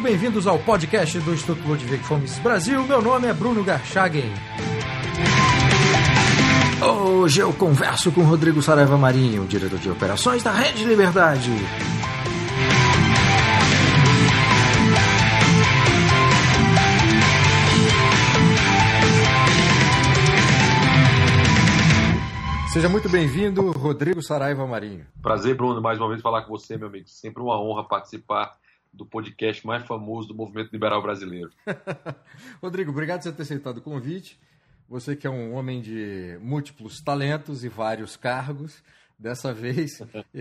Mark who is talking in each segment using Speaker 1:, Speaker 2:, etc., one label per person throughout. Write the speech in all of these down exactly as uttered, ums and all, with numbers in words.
Speaker 1: bem-vindos ao podcast do Instituto Ludwig Fomes Brasil. Meu nome é Bruno Garchagen. Hoje eu converso com Rodrigo Saraiva Marinho, diretor de operações da Rede Liberdade. Seja muito bem-vindo, Rodrigo Saraiva Marinho.
Speaker 2: Prazer, Bruno, mais uma vez falar com você, meu amigo. Sempre uma honra participar do podcast mais famoso do movimento liberal brasileiro.
Speaker 1: Rodrigo, obrigado por você ter aceitado o convite. Você que é um homem de múltiplos talentos e vários cargos. Dessa vez, eu,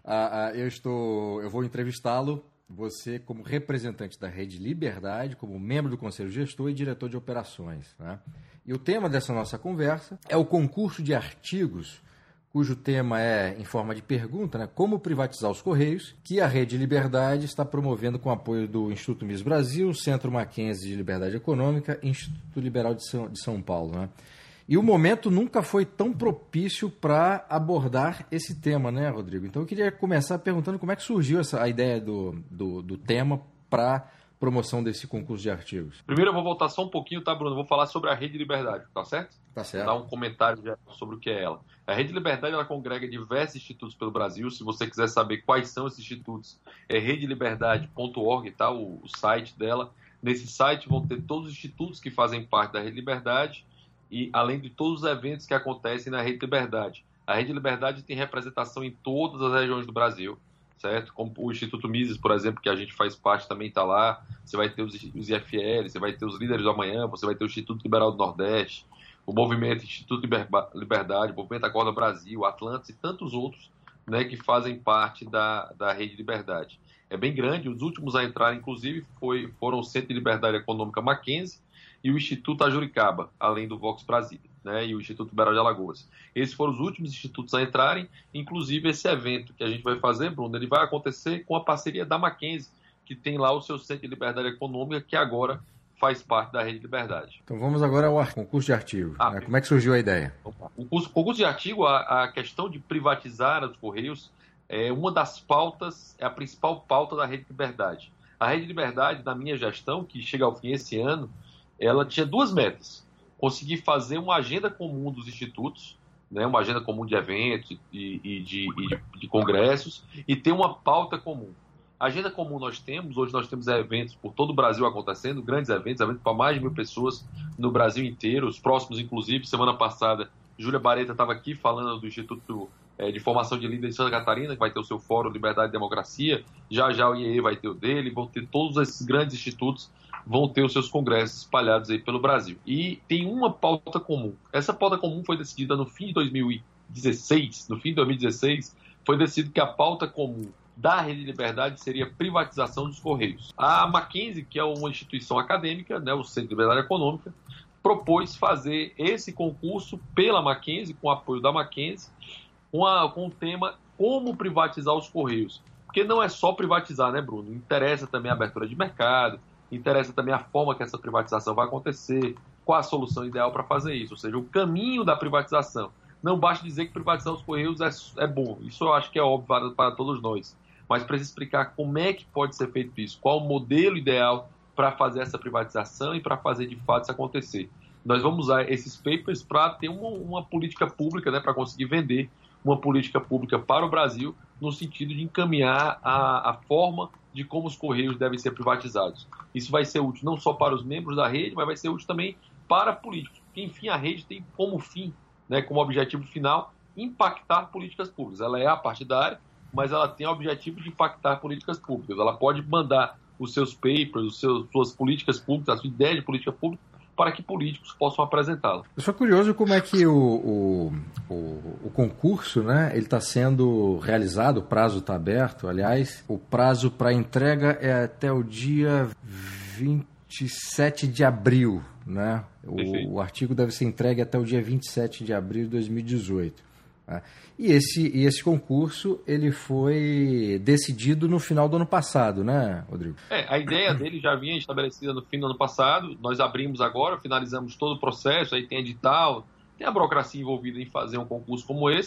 Speaker 1: eu, estou, eu vou entrevistá-lo, você como representante da Rede Liberdade, como membro do Conselho Gestor e diretor de operações, né? E o tema dessa nossa conversa é o concurso de artigos, cujo tema é, em forma de pergunta, né, como privatizar os Correios, que a Rede Liberdade está promovendo com apoio do Instituto Mises Brasil, Centro Mackenzie de Liberdade Econômica e Instituto Liberal de São, de São Paulo, né? E o momento nunca foi tão propício para abordar esse tema, né, Rodrigo? Então eu queria começar perguntando como é que surgiu essa, a ideia do, do, do tema para promoção desse concurso de artigos.
Speaker 2: Primeiro eu vou voltar só um pouquinho, tá, Bruno? Eu vou falar sobre a Rede Liberdade, tá certo?
Speaker 1: Tá certo.
Speaker 2: Vou dar um comentário sobre o que é ela. A Rede Liberdade, ela congrega diversos institutos pelo Brasil. Se você quiser saber quais são esses institutos, é rede liberdade ponto org, tá? O, o site dela. Nesse site vão ter todos os institutos que fazem parte da Rede Liberdade e além de todos os eventos que acontecem na Rede Liberdade. A Rede Liberdade tem representação em todas as regiões do Brasil, certo? Como o Instituto Mises, por exemplo, que a gente faz parte, também está lá. Você vai ter os, os I F L, você vai ter os Líderes do Amanhã, você vai ter o Instituto Liberal do Nordeste, o Movimento Instituto Liberdade, o Movimento Acorda Brasil, o Atlantis e tantos outros, né, que fazem parte da, da Rede Liberdade. É bem grande, os últimos a entrar, inclusive, foi, foram o Centro de Liberdade Econômica Mackenzie e o Instituto Ajuricaba, além do Vox Brasília, né, e o Instituto Liberal de Alagoas. Esses foram os últimos institutos a entrarem, inclusive esse evento que a gente vai fazer, Bruno, ele vai acontecer com a parceria da Mackenzie, que tem lá o seu Centro de Liberdade Econômica, que agora faz parte da Rede Liberdade.
Speaker 1: Então vamos agora ao concurso de artigo. Ah, né? Como é que surgiu a ideia?
Speaker 2: O concurso, concurso de artigo, a, a questão de privatizar os Correios é uma das pautas, é a principal pauta da Rede Liberdade. A Rede Liberdade, na minha gestão, que chega ao fim esse ano, ela tinha duas metas. Conseguir fazer uma agenda comum dos institutos, né, uma agenda comum de eventos e, e, de, e de, de congressos, e ter uma pauta comum. A agenda comum nós temos, hoje nós temos eventos por todo o Brasil acontecendo, grandes eventos, eventos para mais de mil pessoas no Brasil inteiro, os próximos, inclusive, semana passada, Júlia Bareta estava aqui falando do Instituto é, de Formação de Líderes de Santa Catarina, que vai ter o seu Fórum Liberdade e Democracia, já já o I E E vai ter o dele, vão ter todos esses grandes institutos, vão ter os seus congressos espalhados aí pelo Brasil. E tem uma pauta comum. Essa pauta comum foi decidida no fim de dois mil e dezesseis, no fim de dois mil e dezesseis, foi decidido que a pauta comum da Rede Liberdade seria a privatização dos Correios. A Mackenzie, que é uma instituição acadêmica, né, o Centro de Liberdade Econômica, propôs fazer esse concurso pela Mackenzie, com o apoio da Mackenzie, com, a, com o tema como privatizar os Correios. Porque não é só privatizar, né, Bruno? Interessa também a abertura de mercado, interessa também a forma que essa privatização vai acontecer, qual a solução ideal para fazer isso, ou seja, o caminho da privatização. Não basta dizer que privatizar os Correios é, é bom, isso eu acho que é óbvio para, para todos nós, mas precisa explicar como é que pode ser feito isso, qual o modelo ideal para fazer essa privatização e para fazer de fato isso acontecer. Nós vamos usar esses papers para ter uma, uma política pública, né, para conseguir vender uma política pública para o Brasil, no sentido de encaminhar a, a forma de como os Correios devem ser privatizados. Isso vai ser útil não só para os membros da rede, mas vai ser útil também para políticos. Porque, enfim, a rede tem como fim, né, como objetivo final, impactar políticas públicas. Ela é apartidária, mas ela tem o objetivo de impactar políticas públicas. Ela pode mandar os seus papers, os seus, suas políticas públicas, a sua ideia de política pública, para que políticos possam apresentá-la.
Speaker 1: Eu sou curioso como é que o, o, o, o concurso, né, ele está sendo realizado, o prazo está aberto, aliás, o prazo para entrega é até o dia vinte e sete de abril, né? O, o artigo deve ser entregue até o dia vinte e sete de abril de dois mil e dezoito. Né? E, esse, e esse concurso ele foi decidido no final do ano passado, né, Rodrigo?
Speaker 2: É, a ideia dele já vinha estabelecida no fim do ano passado, nós abrimos agora, finalizamos todo o processo, aí tem edital, tem a burocracia envolvida em fazer um concurso como esse,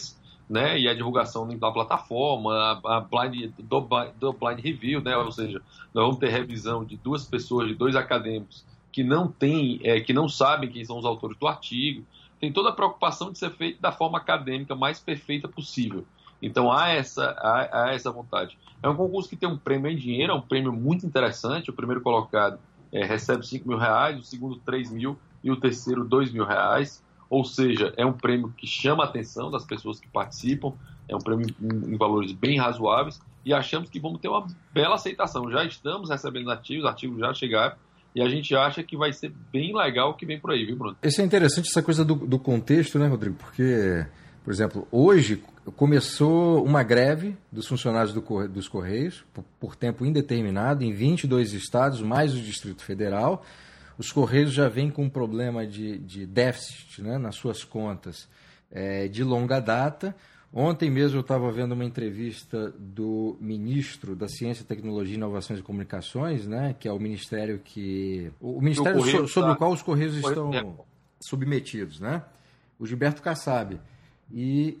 Speaker 2: né, e a divulgação da plataforma, a, a blind, do, do blind review, né, ou seja, nós vamos ter revisão de duas pessoas, de dois acadêmicos que não tem, é, que não sabem quem são os autores do artigo. Tem toda a preocupação de ser feito da forma acadêmica mais perfeita possível. Então há essa, há, há essa vontade. É um concurso que tem um prêmio em dinheiro, é um prêmio muito interessante. O primeiro colocado é, recebe cinco mil reais, o segundo três mil e o terceiro dois mil reais. Ou seja, é um prêmio que chama a atenção das pessoas que participam, é um prêmio em, em valores bem razoáveis e achamos que vamos ter uma bela aceitação. Já estamos recebendo artigos, os artigos já chegaram e a gente acha que vai ser bem legal o que vem por aí, viu, Bruno?
Speaker 1: Isso é interessante, essa coisa do, do contexto, né, Rodrigo? Porque, por exemplo, hoje começou uma greve dos funcionários do, dos Correios por, por tempo indeterminado em vinte e dois estados, mais o Distrito Federal. Os Correios já vêm com um problema de, de déficit, né, nas suas contas é, de longa data. Ontem mesmo eu estava vendo uma entrevista do ministro da Ciência, Tecnologia, Inovações e Comunicações, né, que é o ministério que o, o ministério o so, sobre tá... o qual os Correios estão submetidos, né, o Gilberto Kassab. E,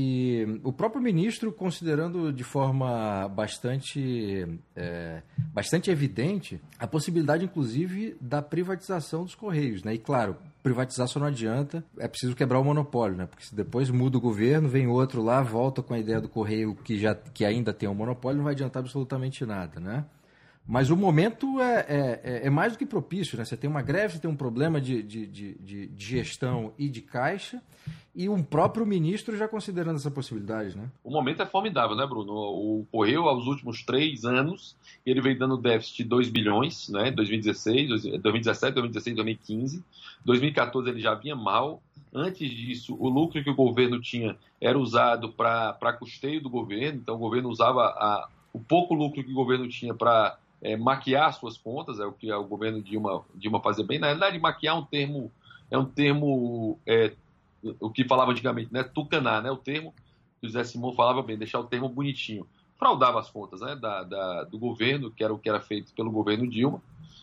Speaker 1: e o próprio ministro considerando de forma bastante, é, bastante evidente a possibilidade, inclusive, da privatização dos Correios, né? E, claro, privatizar só não adianta, é preciso quebrar o monopólio, né? Porque se depois muda o governo, vem outro lá, volta com a ideia do Correio que, já, que ainda tem um monopólio, não vai adiantar absolutamente nada, né? Mas o momento é, é, é mais do que propício, né? Você tem uma greve, você tem um problema de, de, de, de gestão e de caixa, e um próprio ministro já considerando essa possibilidade, né?
Speaker 2: O momento é formidável, né, Bruno? O Correio, aos últimos três anos, ele veio dando déficit de dois bilhões, né? dois mil e dezesseis, dois mil e dezessete, dois mil e dezesseis, dois mil e quinze. dois mil e quatorze ele já vinha mal. Antes disso, o lucro que o governo tinha era usado para custeio do governo, então o governo usava a, o pouco lucro que o governo tinha para É, maquiar suas contas, é o que o governo Dilma, Dilma fazia bem. Na realidade, maquiar é um termo, é um termo é, o que falava antigamente, né? Tucanar, né? O termo que o Zé Simão falava bem, deixar o termo bonitinho. Fraudava as contas, né? da, da, do governo, que era o que era feito pelo governo Dilma.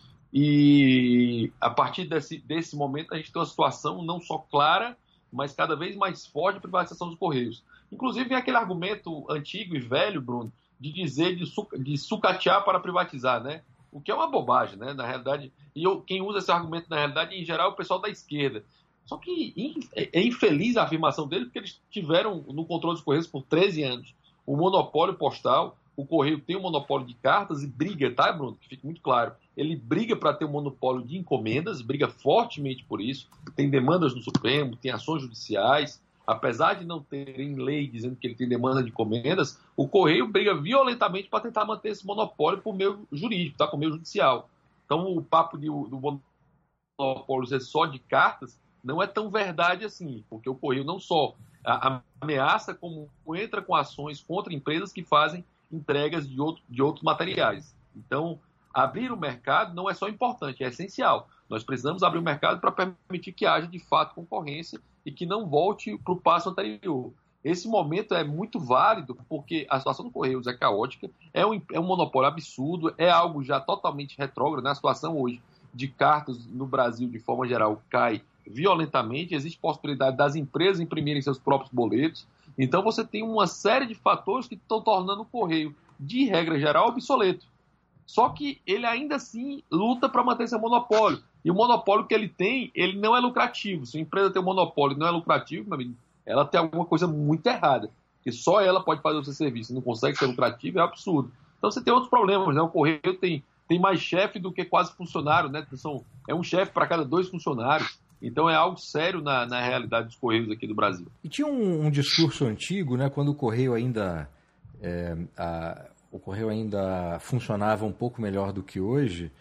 Speaker 2: E a partir desse, desse momento a gente tem uma situação não só clara, mas cada vez mais forte de privatização dos Correios. Inclusive, vem aquele argumento antigo e velho, Bruno, de dizer de, su, de sucatear para privatizar, né? O que é uma bobagem, né? Na realidade, e eu, quem usa esse argumento, na realidade, em geral, é o pessoal da esquerda. Só que é infeliz a afirmação dele, porque eles tiveram no controle dos Correios por treze anos o monopólio postal. O Correio tem um monopólio de cartas e briga, tá, Bruno? Que fique muito claro. Ele briga para ter um monopólio de encomendas, briga fortemente por isso. Tem demandas no Supremo, tem ações judiciais. Apesar de não terem lei dizendo que ele tem demanda de encomendas, o Correio briga violentamente para tentar manter esse monopólio por meio jurídico, tá? Por meio judicial. Então, o papo de, do monopólio ser só de cartas não é tão verdade assim, porque o Correio não só ameaça, como entra com ações contra empresas que fazem entregas de, outro, de outros materiais. Então, abrir o mercado não é só importante, é essencial. Nós precisamos abrir o mercado para permitir que haja, de fato, concorrência e que não volte para o passo anterior. Esse momento é muito válido porque a situação do Correios é caótica, é um, é um monopólio absurdo, é algo já totalmente retrógrado, né? A situação hoje de cartas no Brasil, de forma geral, cai violentamente, existe possibilidade das empresas imprimirem seus próprios boletos. Então, você tem uma série de fatores que estão tornando o Correio, de regra geral, obsoleto. Só que ele ainda assim luta para manter seu monopólio. E o monopólio que ele tem, ele não é lucrativo. Se a empresa tem um monopólio e não é lucrativo, meu amigo, ela tem alguma coisa muito errada. Porque só ela pode fazer o seu serviço, não consegue ser lucrativo, é absurdo. Então você tem outros problemas, né? O Correio tem, tem mais chefe do que quase funcionário, né? São, é um chefe para cada dois funcionários. Então é algo sério na, na realidade dos Correios aqui do Brasil.
Speaker 1: E tinha um, um discurso antigo, né? Quando o Correio ainda... É, a... O Correio ainda funcionava um pouco melhor do que hoje,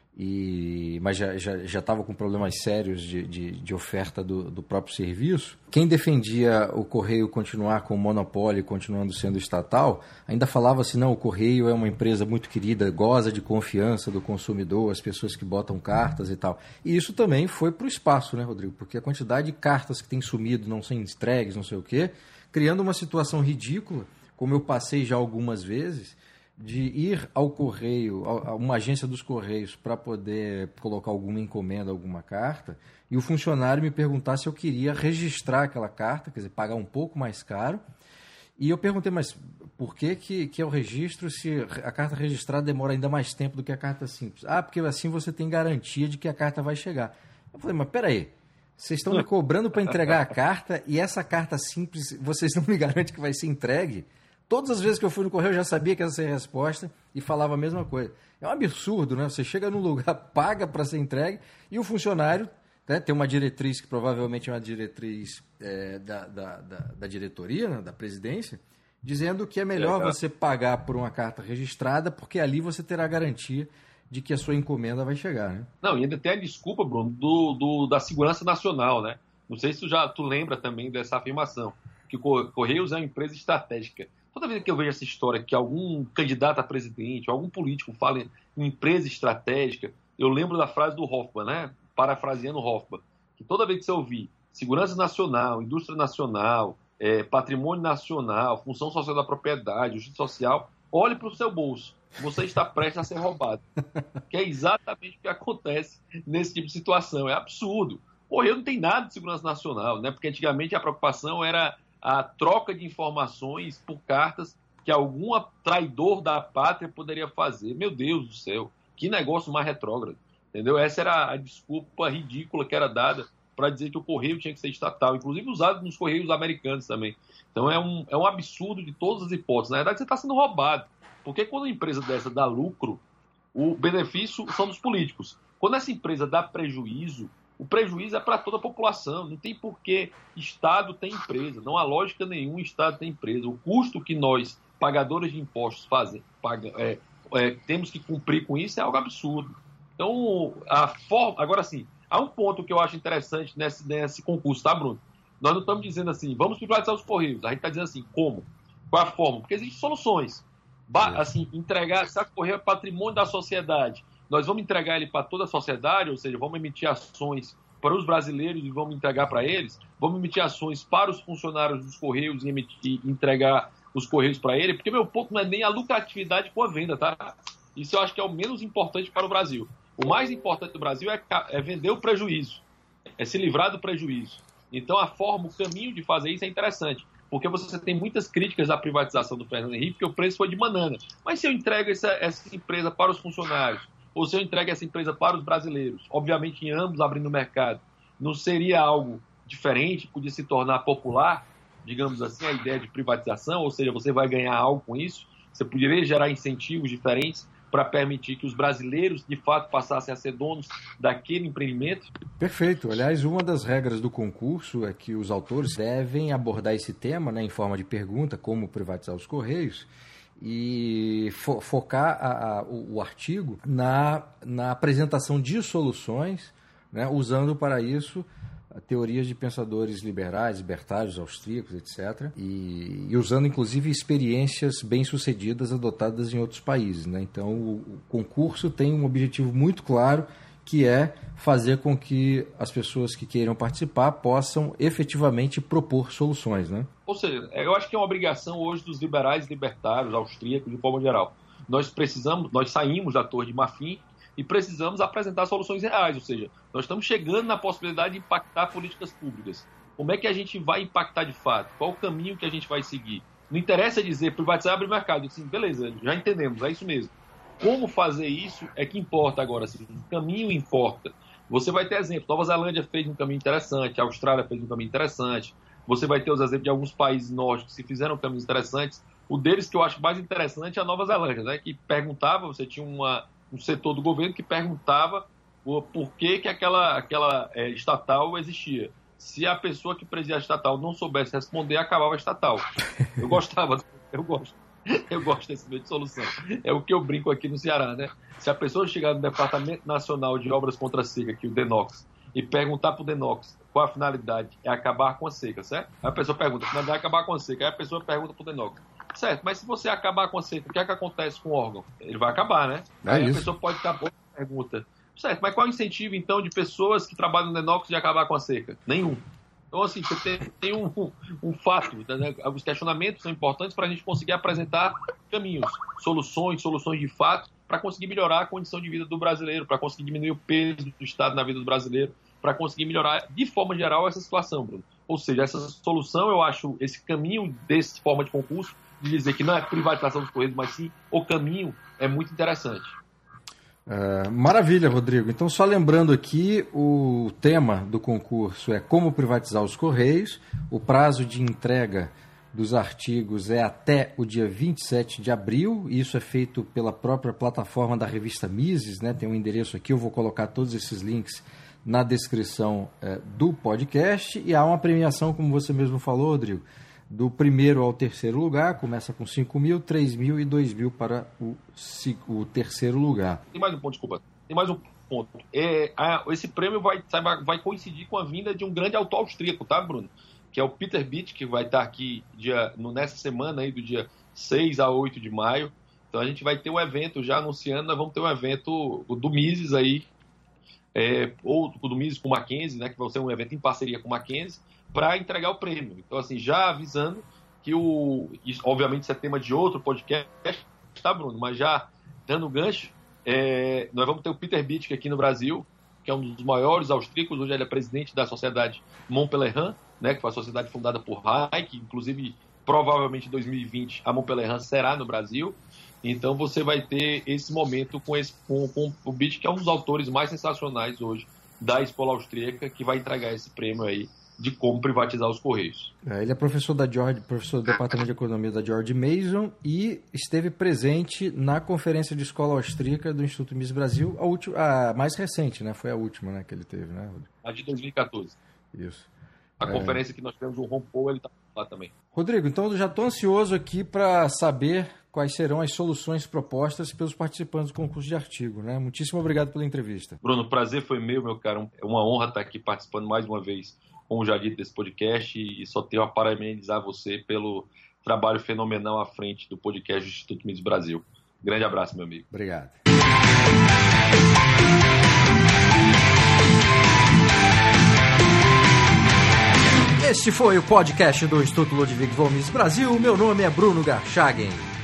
Speaker 1: e, mas já já já estava com problemas sérios de, de, de oferta do, do próprio serviço. Quem defendia o Correio continuar com o monopólio, continuando sendo estatal, ainda falava assim, não, o Correio é uma empresa muito querida, goza de confiança do consumidor, as pessoas que botam cartas e tal. E isso também foi para o espaço, né, Rodrigo? Porque a quantidade de cartas que tem sumido, não são entregues, não sei o quê, criando uma situação ridícula, como eu passei já algumas vezes, de ir ao Correio, a uma agência dos Correios, para poder colocar alguma encomenda, alguma carta, e o funcionário me perguntar se eu queria registrar aquela carta, quer dizer, pagar um pouco mais caro, E eu perguntei, mas por que, que, que é o registro se a carta registrada demora ainda mais tempo do que a carta simples? Ah, porque assim você tem garantia de que a carta vai chegar. Eu falei, mas peraí, vocês estão me cobrando para entregar a carta e essa carta simples, vocês não me garantem que vai ser entregue? Todas as vezes que eu fui no correio eu já sabia que ia ser a resposta e falava a mesma coisa. É um absurdo, né? Você chega num lugar, paga para ser entregue e o funcionário, né, tem uma diretriz que provavelmente é uma diretriz é, da, da, da, da diretoria, né, da presidência, dizendo que é melhor é, você pagar por uma carta registrada porque ali você terá garantia de que a sua encomenda vai chegar, né?
Speaker 2: Não, e ainda tem a desculpa, Bruno, do, do, da segurança nacional, né? Não sei se tu já tu lembra também dessa afirmação, que o Correios é uma empresa estratégica. Toda vez que eu vejo essa história que algum candidato a presidente, algum político fala em empresa estratégica, eu lembro da frase do Hoffman, né? Parafraseando Hoffman, que toda vez que você ouvir segurança nacional, indústria nacional, é, patrimônio nacional, função social da propriedade, justiça social, olhe para o seu bolso. Você está prestes a ser roubado. Que é exatamente o que acontece nesse tipo de situação. É absurdo. O Correio não tem nada de segurança nacional, né? Porque antigamente a preocupação era a troca de informações por cartas que algum traidor da pátria poderia fazer. Meu Deus do céu, que negócio mais retrógrado. Entendeu? Essa era a desculpa ridícula que era dada para dizer que o Correio tinha que ser estatal, inclusive usado nos Correios americanos também. Então é um, é um absurdo de todas as hipóteses. Na verdade, você está sendo roubado. Porque quando uma empresa dessa dá lucro, o benefício são dos políticos. Quando essa empresa dá prejuízo, o prejuízo é para toda a população. Não tem porquê Estado tem empresa. Não há lógica nenhuma Estado tem empresa. O custo que nós, pagadores de impostos, fazem, paga, é, é, temos que cumprir com isso é algo absurdo. Então, a forma... Agora sim, há um ponto que eu acho interessante nesse, nesse concurso, tá, Bruno? Nós não estamos dizendo assim, vamos privatizar os Correios. A gente está dizendo assim, como? Qual a forma? Porque existem soluções. Ba- assim, entregar, se a Correio é patrimônio da sociedade, nós vamos entregar ele para toda a sociedade, ou seja, vamos emitir ações para os brasileiros e vamos entregar para eles, vamos emitir ações para os funcionários dos Correios e, emitir, e entregar os Correios para ele, porque meu ponto não é nem a lucratividade com a venda, tá? Isso eu acho que é o menos importante para o Brasil. O mais importante do Brasil é, é vender o prejuízo, é se livrar do prejuízo. Então a forma, o caminho de fazer isso é interessante. Porque você tem muitas críticas à privatização do Fernando Henrique, porque o preço foi de banana. Mas se eu entrego essa, essa empresa para os funcionários, ou se eu entrego essa empresa para os brasileiros, obviamente em ambos abrindo o mercado, não seria algo diferente, podia se tornar popular, digamos assim, a ideia de privatização, ou seja, você vai ganhar algo com isso, você poderia gerar incentivos diferentes para permitir que os brasileiros, de fato, passassem a ser donos daquele empreendimento?
Speaker 1: Perfeito. Aliás, uma das regras do concurso é que os autores devem abordar esse tema, né, em forma de pergunta, como privatizar os Correios, e fo- focar a, a, o, o artigo na, na apresentação de soluções, né, usando para isso teorias de pensadores liberais, libertários, austríacos, etcétera, e, e usando, inclusive, experiências bem-sucedidas adotadas em outros países, né? Então, o, o concurso tem um objetivo muito claro, que é fazer com que as pessoas que queiram participar possam efetivamente propor soluções, né?
Speaker 2: Ou seja, eu acho que é uma obrigação hoje dos liberais, libertários, austríacos, de forma geral. Nós precisamos, nós saímos da Torre de Marfim e precisamos apresentar soluções reais, ou seja, nós estamos chegando na possibilidade de impactar políticas públicas. Como é que a gente vai impactar de fato? Qual o caminho que a gente vai seguir? Não interessa dizer privatizar e abrir mercado. Assim, beleza, já entendemos, é isso mesmo. Como fazer isso é que importa agora. Assim, o caminho importa. Você vai ter exemplos. Nova Zelândia fez um caminho interessante, a Austrália fez um caminho interessante. Você vai ter os exemplos de alguns países nórdicos que fizeram caminhos interessantes. O deles que eu acho mais interessante é a Nova Zelândia, né? Que perguntava, você tinha uma... um setor do governo que perguntava por que, que aquela, aquela é, estatal existia. Se a pessoa que presidia a estatal não soubesse responder, acabava a estatal. Eu gostava, eu gosto, eu gosto desse meio de solução. É o que eu brinco aqui no Ceará, né? Se a pessoa chegar no Departamento Nacional de Obras contra a Seca, que é o DENOX, e perguntar para o DENOX qual a finalidade, é acabar com a seca, certo? Aí a pessoa pergunta, a finalidade é acabar com a seca. Aí a pessoa pergunta para o DENOX. Certo, mas se você acabar com a seca, o que é que acontece com o órgão? Ele vai acabar, né?
Speaker 1: É
Speaker 2: Aí
Speaker 1: isso.
Speaker 2: A pessoa pode estar boa pergunta. Certo, mas qual é o incentivo, então, de pessoas que trabalham no DENOX de acabar com a seca? Nenhum. Então, assim, você tem, tem um, um, um fato, né? Os questionamentos são importantes para a gente conseguir apresentar caminhos, soluções, soluções de fato, para conseguir melhorar a condição de vida do brasileiro, para conseguir diminuir o peso do Estado na vida do brasileiro, para conseguir melhorar, de forma geral, essa situação, Bruno. Ou seja, essa solução, eu acho, esse caminho dessa forma de concurso, de dizer que não é privatização dos Correios, mas sim o caminho, é muito interessante.
Speaker 1: Uh, maravilha, Rodrigo. Então, só lembrando aqui, o tema do concurso é como privatizar os Correios. O prazo de entrega dos artigos é até o dia vinte e sete de abril. Isso é feito pela própria plataforma da revista Mises, né? Tem um endereço aqui, eu vou colocar todos esses links na descrição uh, do podcast. E há uma premiação, como você mesmo falou, Rodrigo, do primeiro ao terceiro lugar, começa com cinco mil, três mil e dois mil para o, o terceiro lugar.
Speaker 2: Tem mais um ponto, desculpa. Tem mais um ponto. É, a, esse prêmio vai, vai, vai coincidir com a vinda de um grande autor austríaco, tá, Bruno? Que é o Peter Bitt, que vai estar aqui dia, no, nessa semana, aí, do dia seis a oito de maio. Então a gente vai ter um evento, já anunciando, nós vamos ter um evento do Mises aí, é, ou do Mises com o Mackenzie, né, que vai ser um evento em parceria com o Mackenzie, para entregar o prêmio. Então, assim, já avisando que o... Isso, obviamente, isso é tema de outro podcast, tá, Bruno? Mas já dando gancho, é, nós vamos ter o Peter Bitt aqui no Brasil, que é um dos maiores austríacos. Hoje ele é presidente da Sociedade Montpellerin, né, que foi a sociedade fundada por Hayek, inclusive, provavelmente em dois mil e vinte, a Montpellerin será no Brasil. Então, você vai ter esse momento com, esse, com, com o Bitt, que é um dos autores mais sensacionais hoje da escola austríaca, que vai entregar esse prêmio aí de como privatizar os Correios.
Speaker 1: É, ele é professor da George, professor do Departamento de Economia da George Mason e esteve presente na Conferência de Escola Austríaca do Instituto Mises Brasil, a, última, a mais recente, né? Foi a última, né, que ele teve, né, Rodrigo?
Speaker 2: A de dois mil e quatorze.
Speaker 1: Isso.
Speaker 2: A
Speaker 1: é...
Speaker 2: conferência que nós tivemos, o Rompou, ele está lá também.
Speaker 1: Rodrigo, então eu já estou ansioso aqui para saber quais serão as soluções propostas pelos participantes do concurso de artigo, né? Muitíssimo obrigado pela entrevista.
Speaker 2: Bruno, o prazer foi meu, meu caro. É uma honra estar aqui participando mais uma vez, como já dito, desse podcast, e só tenho a parabenizar você pelo trabalho fenomenal à frente do podcast do Instituto Mises Brasil. Grande abraço, meu amigo.
Speaker 1: Obrigado. Este foi o podcast do Instituto Ludwig von Mises Brasil. Meu nome é Bruno Garchagen.